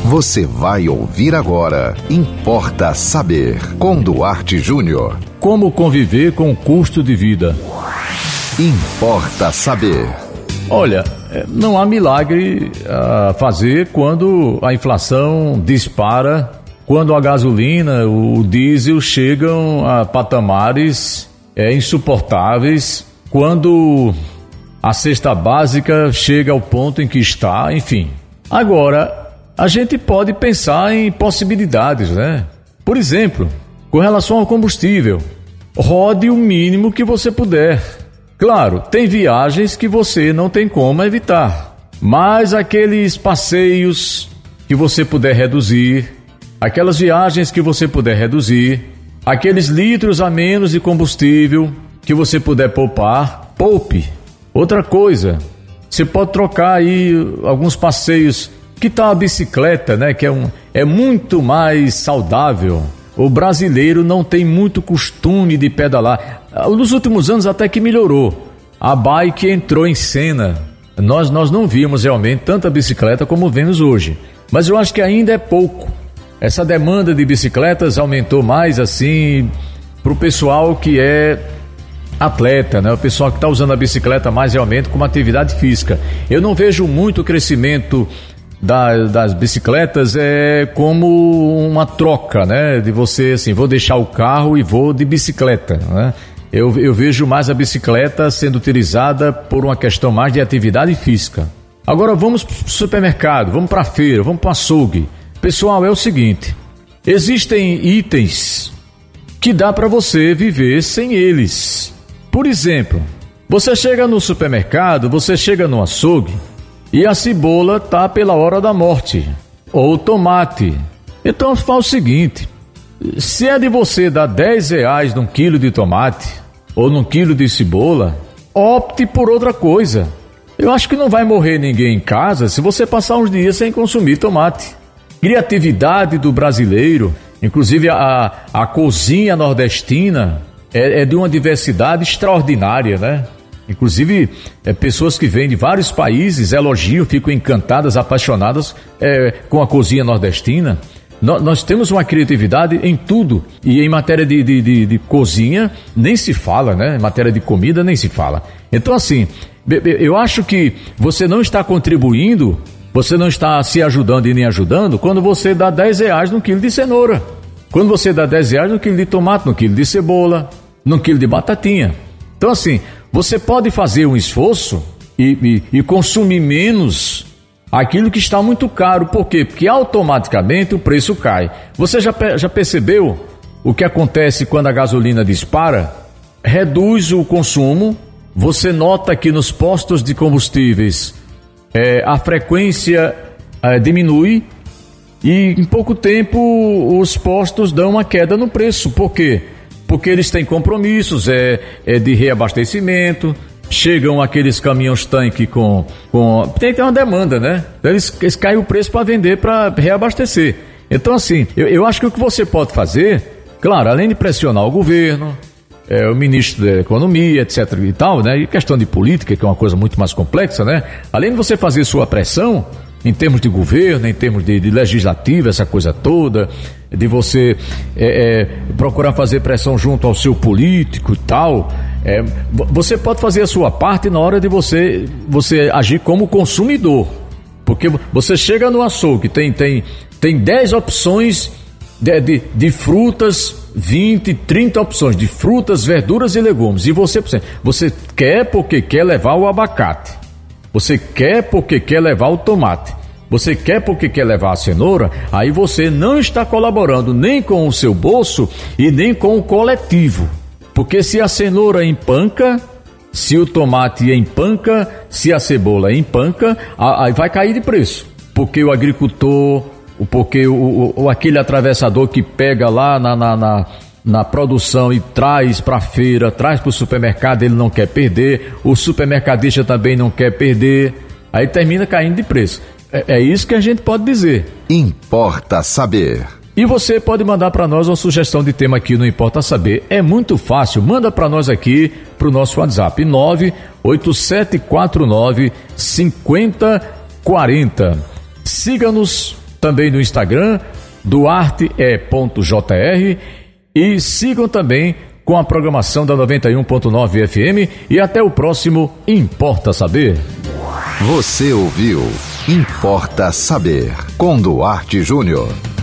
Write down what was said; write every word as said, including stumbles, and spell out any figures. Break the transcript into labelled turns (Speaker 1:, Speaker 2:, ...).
Speaker 1: Você vai ouvir agora Importa Saber, com Duarte Júnior.
Speaker 2: Como conviver com o custo de vida.
Speaker 1: Importa Saber.
Speaker 2: Olha, não há milagre a fazer quando a inflação dispara, quando a gasolina, o diesel chegam a patamares é, insuportáveis, quando a cesta básica chega ao ponto em que está, enfim. Agora, a gente pode pensar em possibilidades, né? Por exemplo, com relação ao combustível, rode o mínimo que você puder. Claro, tem viagens que você não tem como evitar, mas aqueles passeios que você puder reduzir, aquelas viagens que você puder reduzir, aqueles litros a menos de combustível que você puder poupar, poupe. Outra coisa, você pode trocar aí alguns passeios. Que tal a bicicleta, né? Que é, um, é muito mais saudável. O brasileiro não tem muito costume de pedalar. Nos últimos anos até que melhorou. A bike entrou em cena. Nós, nós não vimos realmente tanta bicicleta como vemos hoje. Mas eu acho que ainda é pouco. Essa demanda de bicicletas aumentou mais assim para o pessoal que é atleta, né? O pessoal que está usando a bicicleta mais realmente como atividade física. Eu não vejo muito crescimento Da, das bicicletas é como uma troca, né? De você, assim, vou deixar o carro e vou de bicicleta, né? Eu, eu vejo mais a bicicleta sendo utilizada por uma questão mais de atividade física. Agora vamos para o supermercado, vamos para a feira, vamos para o açougue. Pessoal, é o seguinte, existem itens que dá para você viver sem eles. Por exemplo, você chega no supermercado, você chega no açougue, e a cebola tá pela hora da morte, ou o tomate. Então faz o seguinte, se é de você dar dez reais num quilo de tomate, ou num quilo de cebola, opte por outra coisa. Eu acho que não vai morrer ninguém em casa se você passar uns dias sem consumir tomate. Criatividade do brasileiro, inclusive a, a cozinha nordestina, é, é de uma diversidade extraordinária, né? Inclusive, é, pessoas que vêm de vários países elogiam, ficam encantadas, apaixonadas é, com a cozinha nordestina. No, nós temos uma criatividade em tudo. E em matéria de, de, de, de cozinha, nem se fala, né? Em matéria de comida, nem se fala. Então, assim, eu acho que você não está contribuindo, você não está se ajudando e nem ajudando quando você dá dez reais no quilo de cenoura. Quando você dá dez reais no quilo de tomate, no quilo de cebola, no quilo de batatinha. Então, assim, você pode fazer um esforço e, e, e consumir menos aquilo que está muito caro. Por quê? Porque automaticamente o preço cai. Você já, já percebeu o que acontece quando a gasolina dispara? Reduz o consumo. Você nota que nos postos de combustíveis é, a frequência é, diminui e em pouco tempo os postos dão uma queda no preço. Por quê? Porque eles têm compromissos é, é de reabastecimento, chegam aqueles caminhões-tanque com, com... Tem, tem uma demanda, né? Eles, eles caem o preço para vender, para reabastecer. Então, assim, eu, eu acho que o que você pode fazer, claro, além de pressionar o governo, é, o ministro da Economia, etc e tal, né? E questão de política, que é uma coisa muito mais complexa, né? Além de você fazer sua pressão, em termos de governo, em termos de, de legislativo, essa coisa toda, de você é, é, procurar fazer pressão junto ao seu político e tal, é, você pode fazer a sua parte na hora de você, você agir como consumidor, porque você chega no açougue, tem, tem, tem dez opções de, de, de frutas, vinte, trinta opções de frutas, verduras e legumes, e você, você quer porque quer levar o abacate. Você quer porque quer levar o tomate, você quer porque quer levar a cenoura, aí você não está colaborando nem com o seu bolso e nem com o coletivo. Porque se a cenoura empanca, se o tomate empanca, se a cebola empanca, aí vai cair de preço. Porque o agricultor, porque o, o, aquele atravessador que pega lá na... na, na na produção e traz para a feira, traz para o supermercado, ele não quer perder, o supermercadista também não quer perder, aí termina caindo de preço. É, é isso que a gente pode dizer.
Speaker 1: Importa Saber.
Speaker 2: E você pode mandar para nós uma sugestão de tema aqui no Importa Saber. É muito fácil, manda para nós aqui para o nosso WhatsApp nove oito sete quatro nove cinco zero quatro zero. Siga-nos também no Instagram, duarte e ponto j r, e sigam também com a programação da noventa e um ponto nove F M, e até o próximo Importa Saber.
Speaker 1: Você ouviu Importa Saber, com Duarte Júnior.